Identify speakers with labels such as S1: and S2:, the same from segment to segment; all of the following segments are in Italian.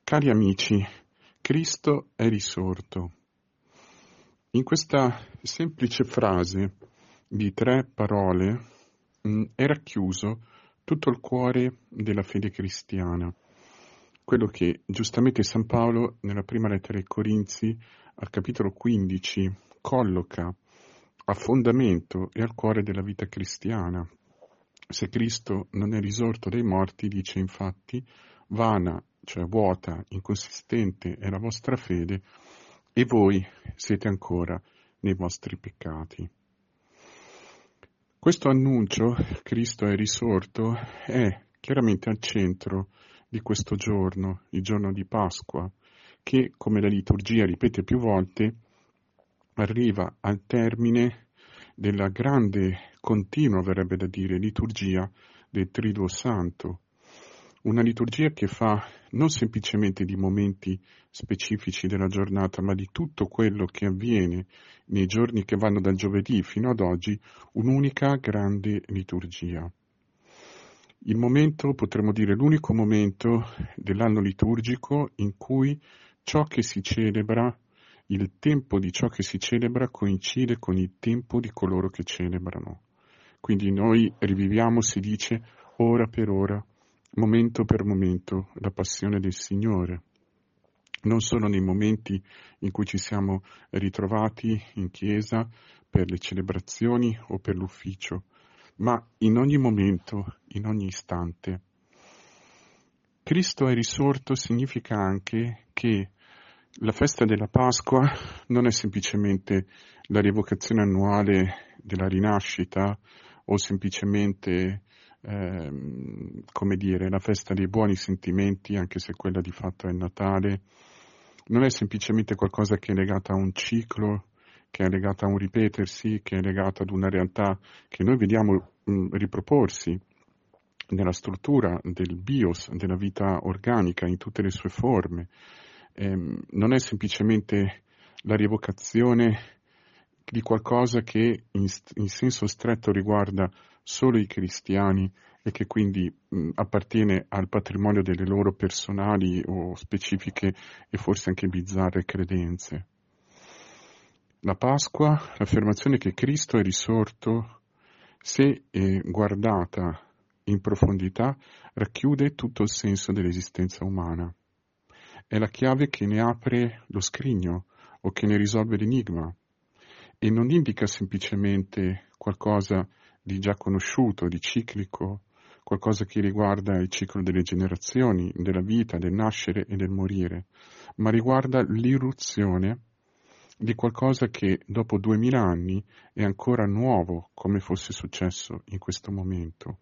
S1: Cari amici, Cristo è risorto. In questa semplice frase di 3 parole è racchiuso tutto il cuore della fede cristiana, quello che giustamente San Paolo nella prima lettera ai Corinzi al capitolo 15 colloca a fondamento e al cuore della vita cristiana. Se Cristo non è risorto dai morti, dice infatti, vana, cioè vuota, inconsistente è la vostra fede e voi siete ancora nei vostri peccati. Questo annuncio, Cristo è risorto, è chiaramente al centro di questo giorno, il giorno di Pasqua, che, come la liturgia ripete più volte, arriva al termine della grande, continua, verrebbe da dire, liturgia del Triduo Santo. Una liturgia che fa non semplicemente di momenti specifici della giornata, ma di tutto quello che avviene nei giorni che vanno dal giovedì fino ad oggi, un'unica grande liturgia. Il momento, potremmo dire, l'unico momento dell'anno liturgico in cui ciò che si celebra, il tempo di ciò che si celebra coincide con il tempo di coloro che celebrano. Quindi noi riviviamo, si dice, ora per ora, momento per momento, la passione del Signore. Non solo nei momenti in cui ci siamo ritrovati in chiesa per le celebrazioni o per l'ufficio, ma in ogni momento, in ogni istante. Cristo è risorto significa anche che la festa della Pasqua non è semplicemente la rievocazione annuale della rinascita o semplicemente, come dire, la festa dei buoni sentimenti, anche se quella di fatto è il Natale. Non è semplicemente qualcosa che è legato a un ciclo, che è legato a un ripetersi, che è legato ad una realtà che noi vediamo riproporsi nella struttura del bios, della vita organica, in tutte le sue forme. Non è semplicemente la rievocazione di qualcosa che in senso stretto riguarda solo i cristiani e che quindi appartiene al patrimonio delle loro personali o specifiche e forse anche bizzarre credenze. La Pasqua, l'affermazione che Cristo è risorto, se guardata in profondità, racchiude tutto il senso dell'esistenza umana. È la chiave che ne apre lo scrigno o che ne risolve l'enigma e non indica semplicemente qualcosa di già conosciuto, di ciclico, qualcosa che riguarda il ciclo delle generazioni, della vita, del nascere e del morire, ma riguarda l'irruzione di qualcosa che dopo 2000 anni è ancora nuovo come fosse successo in questo momento.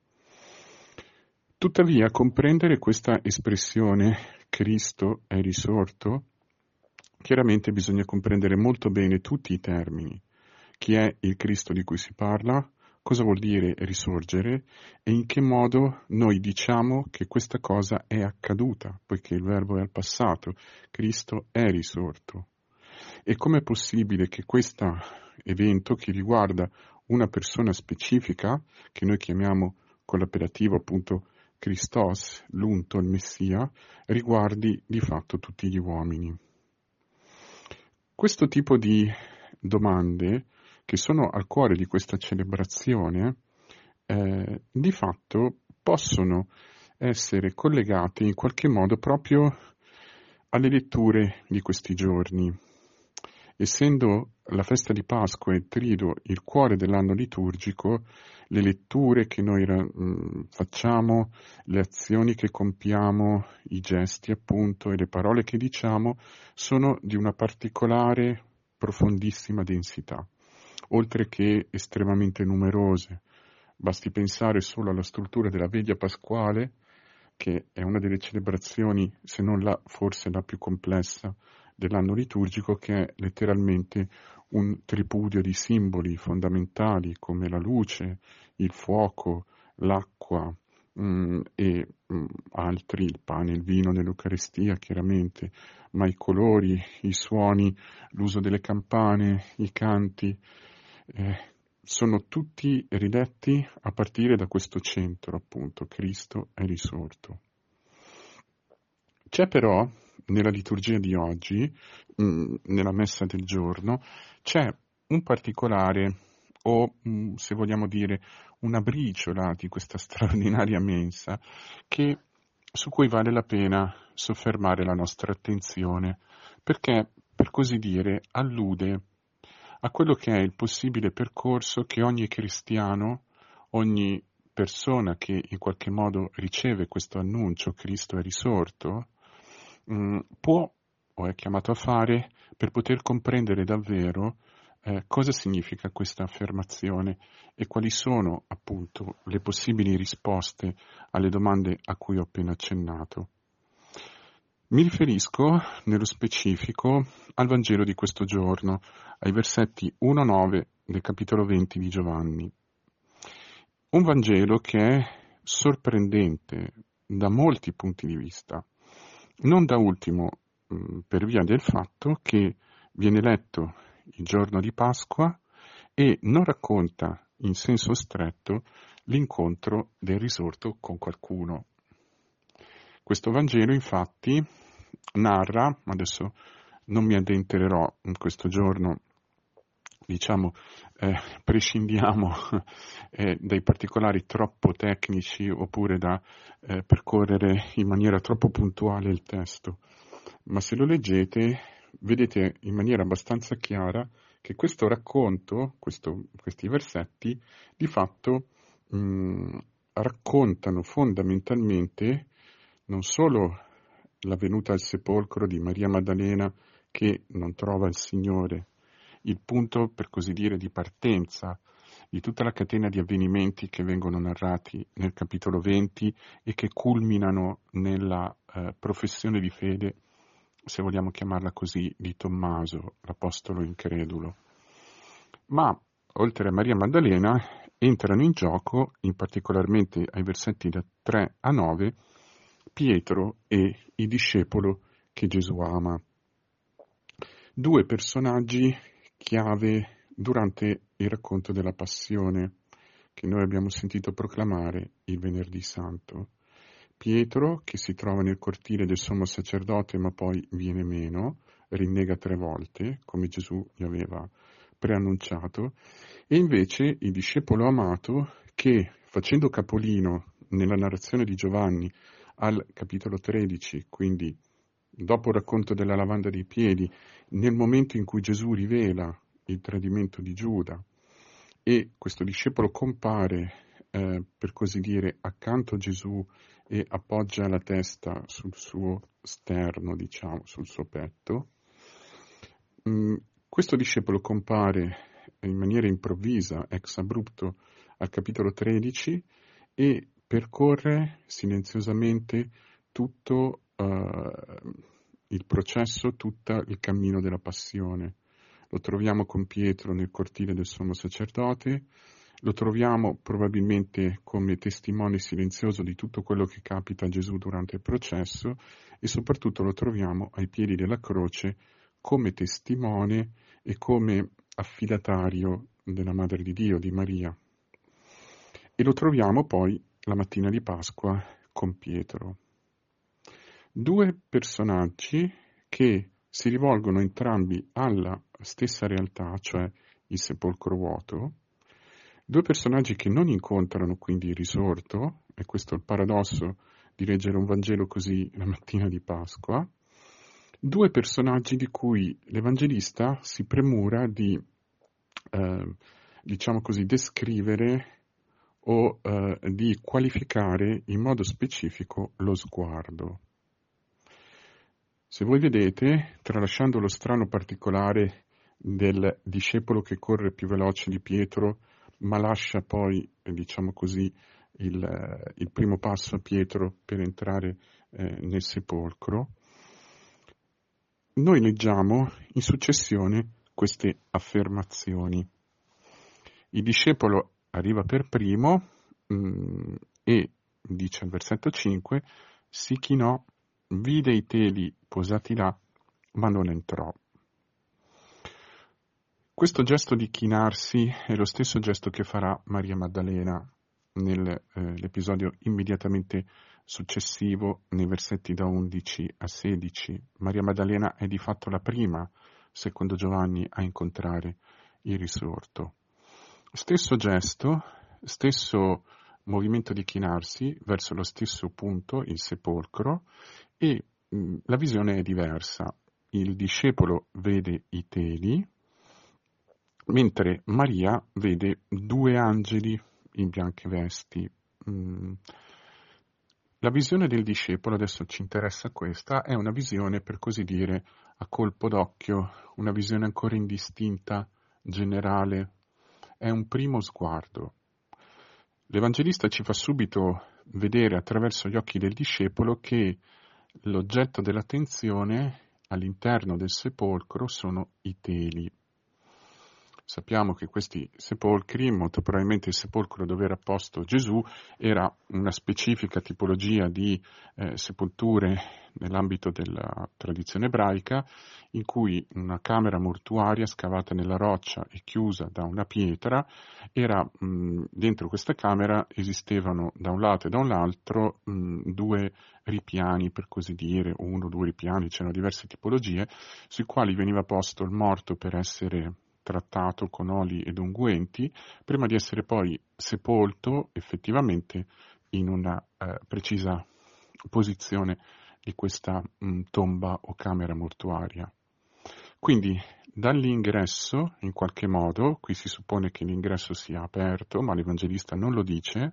S1: Tuttavia, comprendere questa espressione Cristo è risorto, chiaramente bisogna comprendere molto bene tutti i termini. Chi è il Cristo di cui si parla? Cosa vuol dire risorgere? E in che modo noi diciamo che questa cosa è accaduta, poiché il verbo è al passato. Cristo è risorto. E com'è possibile che questo evento, che riguarda una persona specifica, che noi chiamiamo con l'appellativo appunto Christos, l'unto, il Messia, riguardi di fatto tutti gli uomini? Questo tipo di domande, che sono al cuore di questa celebrazione, di fatto possono essere collegate in qualche modo proprio alle letture di questi giorni. Essendo la festa di Pasqua e il Triduo il cuore dell'anno liturgico, le letture che noi facciamo, le azioni che compiamo, i gesti appunto e le parole che diciamo sono di una particolare, profondissima densità, oltre che estremamente numerose. Basti pensare solo alla struttura della veglia pasquale, che è una delle celebrazioni, se non forse la più complessa dell'anno liturgico, che è letteralmente un tripudio di simboli fondamentali come la luce, il fuoco, l'acqua e altri, il pane, il vino nell'Eucaristia chiaramente, ma i colori, i suoni, l'uso delle campane, i canti, sono tutti ridetti a partire da questo centro, appunto, Cristo è risorto. C'è però nella liturgia di oggi, nella messa del giorno, c'è un particolare o, se vogliamo dire, una briciola di questa straordinaria mensa su cui vale la pena soffermare la nostra attenzione, perché, per così dire, allude a quello che è il possibile percorso che ogni cristiano, ogni persona che in qualche modo riceve questo annuncio, Cristo è risorto, può o è chiamato a fare per poter comprendere davvero cosa significa questa affermazione e quali sono appunto le possibili risposte alle domande a cui ho appena accennato. Mi riferisco nello specifico al Vangelo di questo giorno, ai versetti 1-9 del capitolo 20 di Giovanni. Un Vangelo che è sorprendente da molti punti di vista, non da ultimo per via del fatto che viene letto il giorno di Pasqua e non racconta in senso stretto l'incontro del risorto con qualcuno. Questo Vangelo infatti narra, adesso non mi addentrerò in questo giorno, prescindiamo dai particolari troppo tecnici oppure da percorrere in maniera troppo puntuale il testo, ma se lo leggete vedete in maniera abbastanza chiara che questo racconto, questi versetti, di fatto raccontano fondamentalmente non solo la venuta al sepolcro di Maria Maddalena che non trova il Signore, il punto, per così dire, di partenza di tutta la catena di avvenimenti che vengono narrati nel capitolo 20 e che culminano nella professione di fede, se vogliamo chiamarla così, di Tommaso, l'apostolo incredulo. Ma, oltre a Maria Maddalena, entrano in gioco, in particolarmente ai versetti da 3-9, Pietro e il discepolo che Gesù ama. Due personaggi chiave durante il racconto della Passione che noi abbiamo sentito proclamare il Venerdì Santo. Pietro, che si trova nel cortile del sommo sacerdote ma poi viene meno, rinnega 3 volte, come Gesù gli aveva preannunciato, e invece il discepolo amato che, facendo capolino nella narrazione di Giovanni al capitolo 13, quindi dopo il racconto della lavanda dei piedi, nel momento in cui Gesù rivela il tradimento di Giuda e questo discepolo compare, per così dire, accanto a Gesù e appoggia la testa sul suo sterno, diciamo, sul suo petto, questo discepolo compare in maniera improvvisa, ex abrupto, al capitolo 13 e percorre silenziosamente tutto il processo, tutto il cammino della passione. Lo troviamo con Pietro nel cortile del sommo sacerdote, lo troviamo probabilmente come testimone silenzioso di tutto quello che capita a Gesù durante il processo e soprattutto lo troviamo ai piedi della croce come testimone e come affidatario della Madre di Dio, di Maria. E lo troviamo poi la mattina di Pasqua con Pietro. 2 personaggi che si rivolgono entrambi alla stessa realtà, cioè il sepolcro vuoto, 2 personaggi che non incontrano quindi il risorto, e questo è il paradosso di leggere un Vangelo così la mattina di Pasqua, 2 personaggi di cui l'Evangelista si premura di, diciamo così, descrivere o di qualificare in modo specifico lo sguardo. Se voi vedete, tralasciando lo strano particolare del discepolo che corre più veloce di Pietro, ma lascia poi, diciamo così, il primo passo a Pietro per entrare nel sepolcro, noi leggiamo in successione queste affermazioni. Il discepolo arriva per primo e, dice al versetto 5, si chinò, vide i teli posati là, ma non entrò. Questo gesto di chinarsi è lo stesso gesto che farà Maria Maddalena nell'episodio immediatamente successivo, nei versetti da 11 a 16, Maria Maddalena è di fatto la prima, secondo Giovanni, a incontrare il risorto. Stesso gesto, stesso movimento di chinarsi verso lo stesso punto, il sepolcro, e la visione è diversa. Il discepolo vede i teli, mentre Maria vede due angeli in bianche vesti. La visione del discepolo, adesso ci interessa questa, è una visione, per così dire, a colpo d'occhio, una visione ancora indistinta, generale, è un primo sguardo. L'Evangelista ci fa subito vedere attraverso gli occhi del discepolo che l'oggetto dell'attenzione all'interno del sepolcro sono i teli. Sappiamo che questi sepolcri, molto probabilmente il sepolcro dove era posto Gesù, era una specifica tipologia di sepolture nell'ambito della tradizione ebraica, in cui una camera mortuaria scavata nella roccia e chiusa da una pietra, dentro questa camera esistevano da un lato e da un altro due ripiani, per così dire, uno o due ripiani, c'erano diverse tipologie, sui quali veniva posto il morto per essere trattato con oli ed unguenti, prima di essere poi sepolto effettivamente in una precisa posizione di questa tomba o camera mortuaria. Quindi dall'ingresso, in qualche modo, qui si suppone che l'ingresso sia aperto, ma l'Evangelista non lo dice,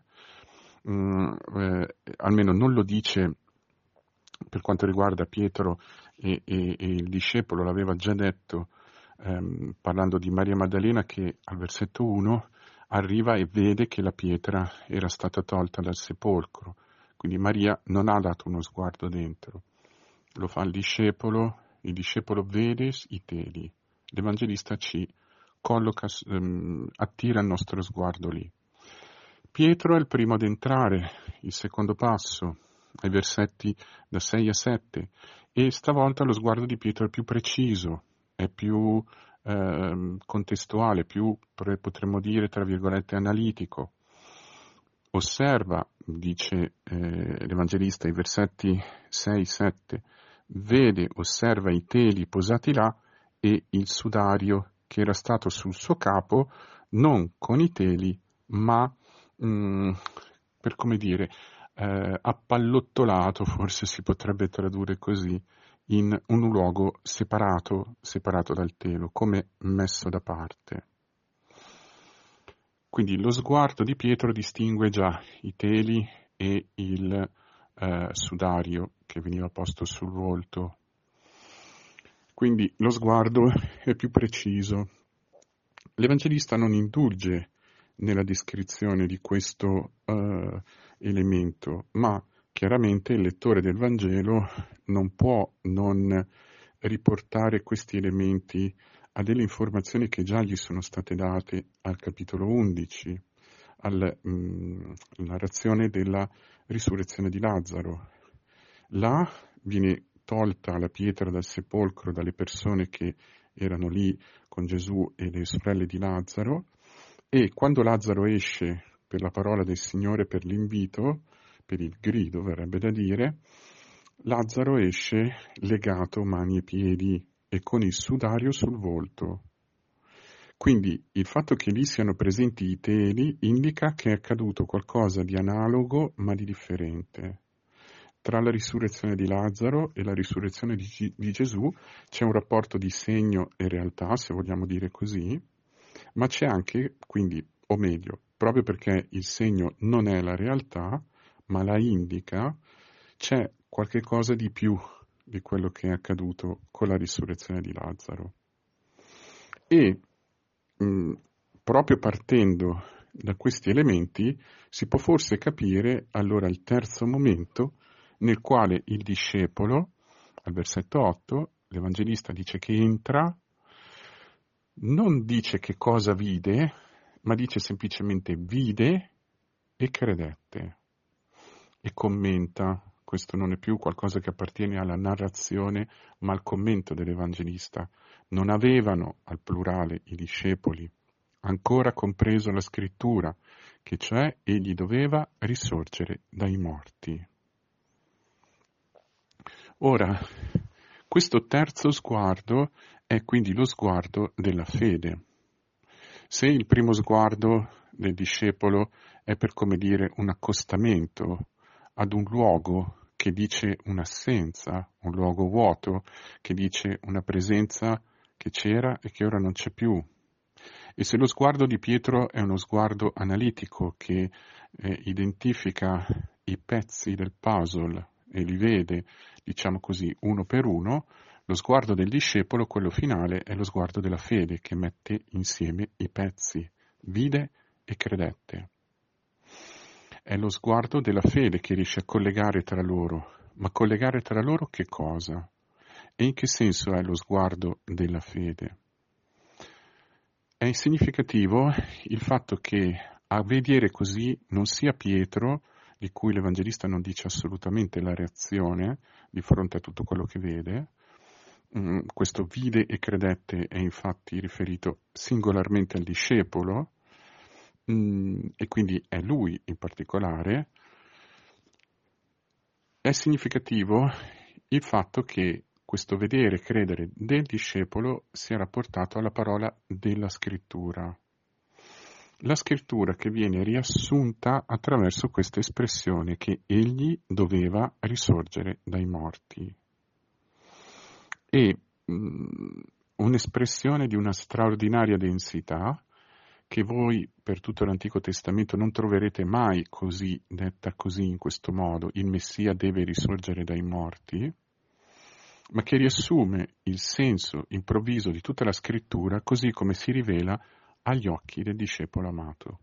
S1: almeno non lo dice per quanto riguarda Pietro e il discepolo, l'aveva già detto parlando di Maria Maddalena, che al versetto 1 arriva e vede che la pietra era stata tolta dal sepolcro. Quindi Maria non ha dato uno sguardo dentro, lo fa il discepolo vede i teli, l'Evangelista ci colloca, attira il nostro sguardo lì. Pietro è il primo ad entrare, il secondo passo, ai versetti da 6 a 7, e stavolta lo sguardo di Pietro è più preciso, è più contestuale, più potremmo dire tra virgolette analitico. Osserva, dice l'Evangelista, i versetti 6-7, vede, osserva i teli posati là e il sudario che era stato sul suo capo, non con i teli, ma per come dire, appallottolato, forse si potrebbe tradurre così, in un luogo separato dal telo, come messo da parte. Quindi lo sguardo di Pietro distingue già i teli e il sudario che veniva posto sul volto. Quindi lo sguardo è più preciso. L'Evangelista non indulge nella descrizione di questo elemento, ma chiaramente il lettore del Vangelo non può non riportare questi elementi a delle informazioni che già gli sono state date al capitolo 11, alla narrazione della risurrezione di Lazzaro. Là viene tolta la pietra dal sepolcro dalle persone che erano lì con Gesù e le sorelle di Lazzaro, e quando Lazzaro esce per la parola del Signore, per l'invito, per il grido verrebbe da dire, Lazzaro esce legato mani e piedi e con il sudario sul volto. Quindi il fatto che lì siano presenti i teli indica che è accaduto qualcosa di analogo ma di differente. Tra la risurrezione di Lazzaro e la risurrezione di Gesù c'è un rapporto di segno e realtà, se vogliamo dire così, ma c'è anche, quindi, o meglio, proprio perché il segno non è la realtà, ma la indica, c'è qualche cosa di più di quello che è accaduto con la risurrezione di Lazzaro. E proprio partendo da questi elementi si può forse capire allora il terzo momento nel quale il discepolo, al versetto 8, l'Evangelista dice che entra, non dice che cosa vide, ma dice semplicemente vide e credette e commenta. Questo non è più qualcosa che appartiene alla narrazione, ma al commento dell'Evangelista. Non avevano, al plurale, i discepoli ancora compreso la scrittura, che cioè egli doveva risorgere dai morti. Ora, questo terzo sguardo è quindi lo sguardo della fede. Se il primo sguardo del discepolo è per, come dire, un accostamento ad un luogo che dice un'assenza, un luogo vuoto, che dice una presenza che c'era e che ora non c'è più. E se lo sguardo di Pietro è uno sguardo analitico che identifica i pezzi del puzzle e li vede, diciamo così, uno per uno, lo sguardo del discepolo, quello finale, è lo sguardo della fede che mette insieme i pezzi, vide e credette. È lo sguardo della fede che riesce a collegare tra loro. Ma collegare tra loro che cosa? E in che senso è lo sguardo della fede? È significativo il fatto che a vedere così non sia Pietro, di cui l'Evangelista non dice assolutamente la reazione di fronte a tutto quello che vede. Questo vide e credette è infatti riferito singolarmente al discepolo, e quindi è lui in particolare. È significativo il fatto che questo vedere e credere del discepolo sia rapportato alla parola della scrittura. La scrittura che viene riassunta attraverso questa espressione che egli doveva risorgere dai morti. E un'espressione di una straordinaria densità che voi per tutto l'Antico Testamento non troverete mai così detta così in questo modo, il Messia deve risorgere dai morti, ma che riassume il senso improvviso di tutta la scrittura così come si rivela agli occhi del discepolo amato.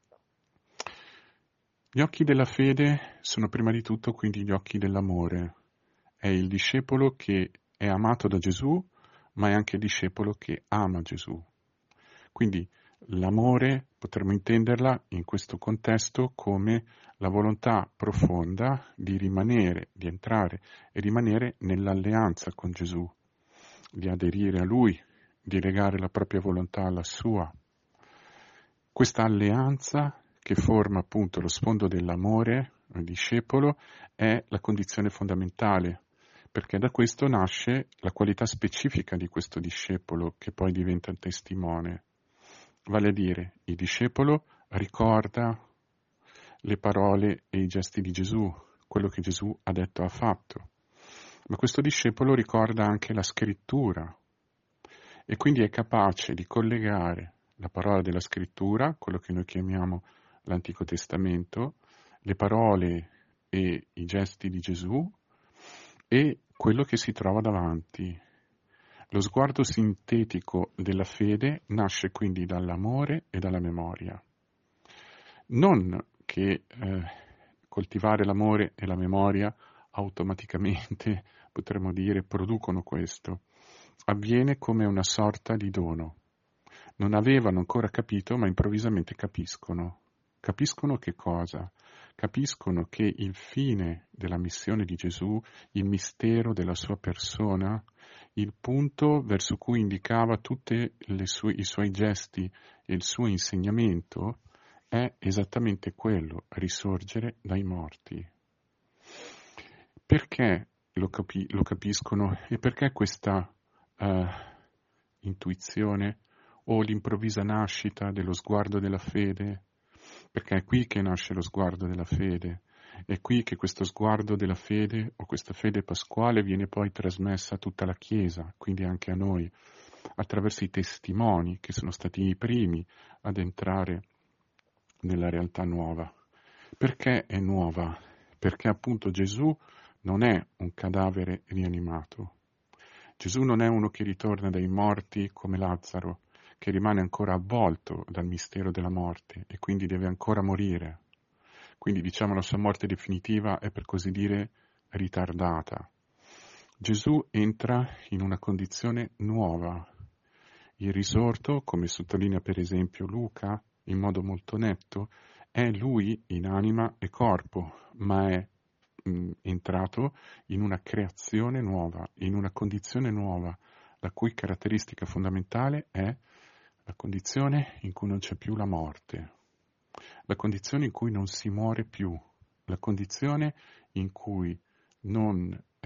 S1: Gli occhi della fede sono prima di tutto quindi gli occhi dell'amore. È il discepolo che è amato da Gesù, ma è anche il discepolo che ama Gesù. Quindi l'amore potremmo intenderla in questo contesto come la volontà profonda di rimanere, di entrare e rimanere nell'alleanza con Gesù, di aderire a Lui, di legare la propria volontà alla sua. Questa alleanza che forma appunto lo sfondo dell'amore, il discepolo, è la condizione fondamentale, perché da questo nasce la qualità specifica di questo discepolo che poi diventa il testimone. Vale a dire, il discepolo ricorda le parole e i gesti di Gesù, quello che Gesù ha detto e ha fatto, ma questo discepolo ricorda anche la scrittura e quindi è capace di collegare la parola della scrittura, quello che noi chiamiamo l'Antico Testamento, le parole e i gesti di Gesù e quello che si trova davanti. Lo sguardo sintetico della fede nasce quindi dall'amore e dalla memoria. Non che coltivare l'amore e la memoria automaticamente, potremmo dire, producono questo. Avviene come una sorta di dono. Non avevano ancora capito, ma improvvisamente capiscono. Capiscono che cosa? Capiscono che il fine della missione di Gesù, il mistero della sua persona, il punto verso cui indicava tutti i suoi gesti e il suo insegnamento, è esattamente quello, risorgere dai morti. Perché lo capiscono e perché questa intuizione o l'improvvisa nascita dello sguardo della fede? Perché è qui che nasce lo sguardo della fede, è qui che questo sguardo della fede o questa fede pasquale viene poi trasmessa a tutta la Chiesa, quindi anche a noi, attraverso i testimoni che sono stati i primi ad entrare nella realtà nuova. Perché è nuova? Perché appunto Gesù non è un cadavere rianimato. Gesù non è uno che ritorna dai morti come Lazzaro, che rimane ancora avvolto dal mistero della morte e quindi deve ancora morire. Quindi diciamo la sua morte definitiva è per così dire ritardata. Gesù entra in una condizione nuova. Il risorto, come sottolinea per esempio Luca in modo molto netto, è lui in anima e corpo, ma è entrato in una creazione nuova, in una condizione nuova, la cui caratteristica fondamentale è la condizione in cui non c'è più la morte, la condizione in cui non si muore più, la condizione in cui non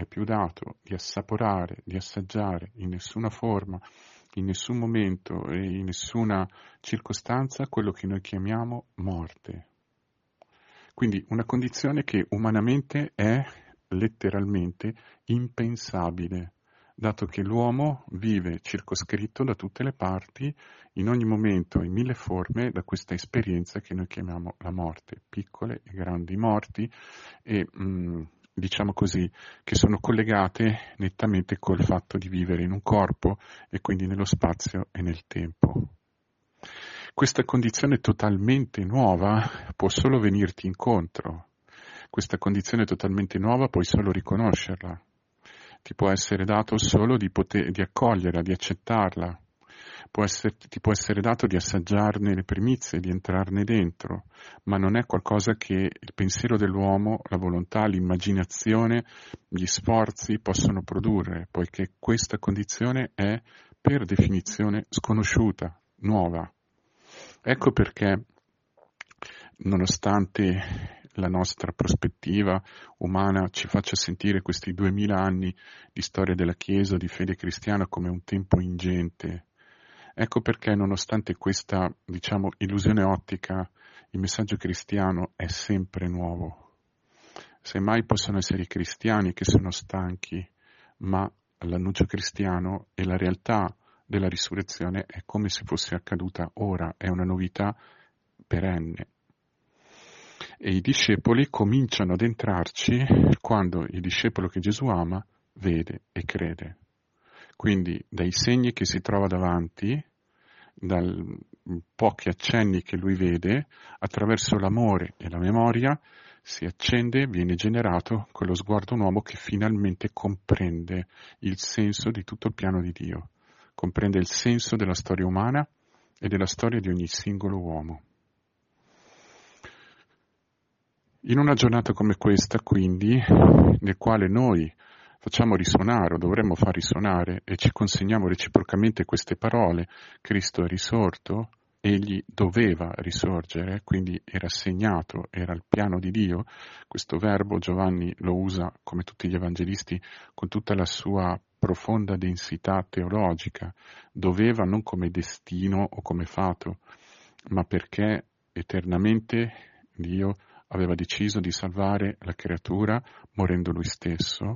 S1: è più dato di assaporare, di assaggiare in nessuna forma, in nessun momento e in nessuna circostanza quello che noi chiamiamo morte. Quindi una condizione che umanamente è letteralmente impensabile, dato che l'uomo vive circoscritto da tutte le parti, in ogni momento, in mille forme, da questa esperienza che noi chiamiamo la morte, piccole e grandi morti, e diciamo così, che sono collegate nettamente col fatto di vivere in un corpo e quindi nello spazio e nel tempo. Questa condizione totalmente nuova può solo venirti incontro. Questa condizione totalmente nuova puoi solo riconoscerla. Ti può essere dato solo di accoglierla, di accettarla. Ti può essere dato di assaggiarne le primizie, di entrarne dentro, ma non è qualcosa che il pensiero dell'uomo, la volontà, l'immaginazione, gli sforzi possono produrre, poiché questa condizione è per definizione sconosciuta, nuova. Ecco perché, nonostante la nostra prospettiva umana ci faccia sentire questi 2000 anni di storia della Chiesa, di fede cristiana, come un tempo ingente, ecco perché, nonostante questa, illusione ottica, il messaggio cristiano è sempre nuovo. Semmai possono essere i cristiani che sono stanchi, ma l'annuncio cristiano e la realtà della risurrezione è come se fosse accaduta ora, è una novità perenne. E i discepoli cominciano ad entrarci quando il discepolo che Gesù ama vede e crede. Quindi dai segni che si trova davanti, dai pochi accenni che lui vede, attraverso l'amore e la memoria, si accende, viene generato quello sguardo nuovo che finalmente comprende il senso di tutto il piano di Dio, comprende il senso della storia umana e della storia di ogni singolo uomo. In una giornata come questa, quindi, nel quale noi facciamo risuonare o dovremmo far risuonare e ci consegniamo reciprocamente queste parole, Cristo è risorto, egli doveva risorgere, quindi era segnato, era il piano di Dio. Questo verbo Giovanni lo usa, come tutti gli evangelisti, con tutta la sua profonda densità teologica. Doveva non come destino o come fato, ma perché eternamente Dio aveva deciso di salvare la creatura morendo lui stesso.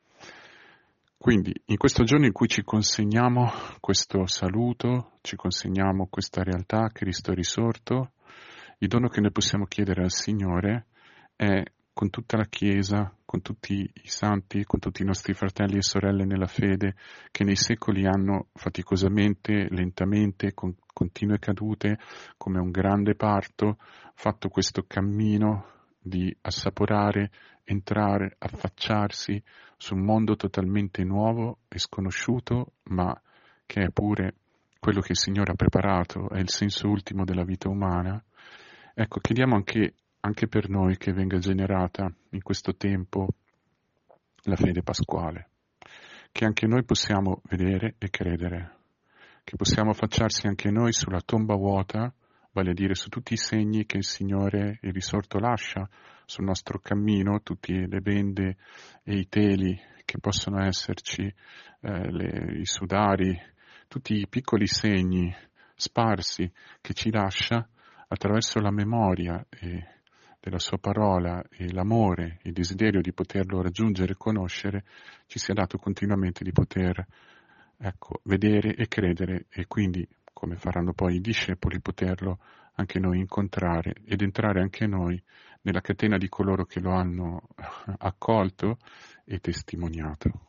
S1: Quindi in questo giorno in cui ci consegniamo questo saluto, ci consegniamo questa realtà, Cristo è risorto, il dono che noi possiamo chiedere al Signore è, con tutta la Chiesa, con tutti i santi, con tutti i nostri fratelli e sorelle nella fede, che nei secoli hanno faticosamente, lentamente, con continue cadute, come un grande parto, fatto questo cammino di assaporare, entrare, affacciarsi su un mondo totalmente nuovo e sconosciuto, ma che è pure quello che il Signore ha preparato, è il senso ultimo della vita umana. Ecco, chiediamo anche per noi che venga generata in questo tempo la fede pasquale, che anche noi possiamo vedere e credere, che possiamo affacciarsi anche noi sulla tomba vuota, vale a dire su tutti i segni che il Signore, il risorto, lascia sul nostro cammino, tutte le bende e i teli che possono esserci, i sudari, tutti i piccoli segni sparsi che ci lascia attraverso la memoria della sua parola e l'amore, il desiderio di poterlo raggiungere e conoscere, ci sia dato continuamente di poter vedere e credere, e quindi, come faranno poi i discepoli, poterlo anche noi incontrare ed entrare anche noi nella catena di coloro che lo hanno accolto e testimoniato.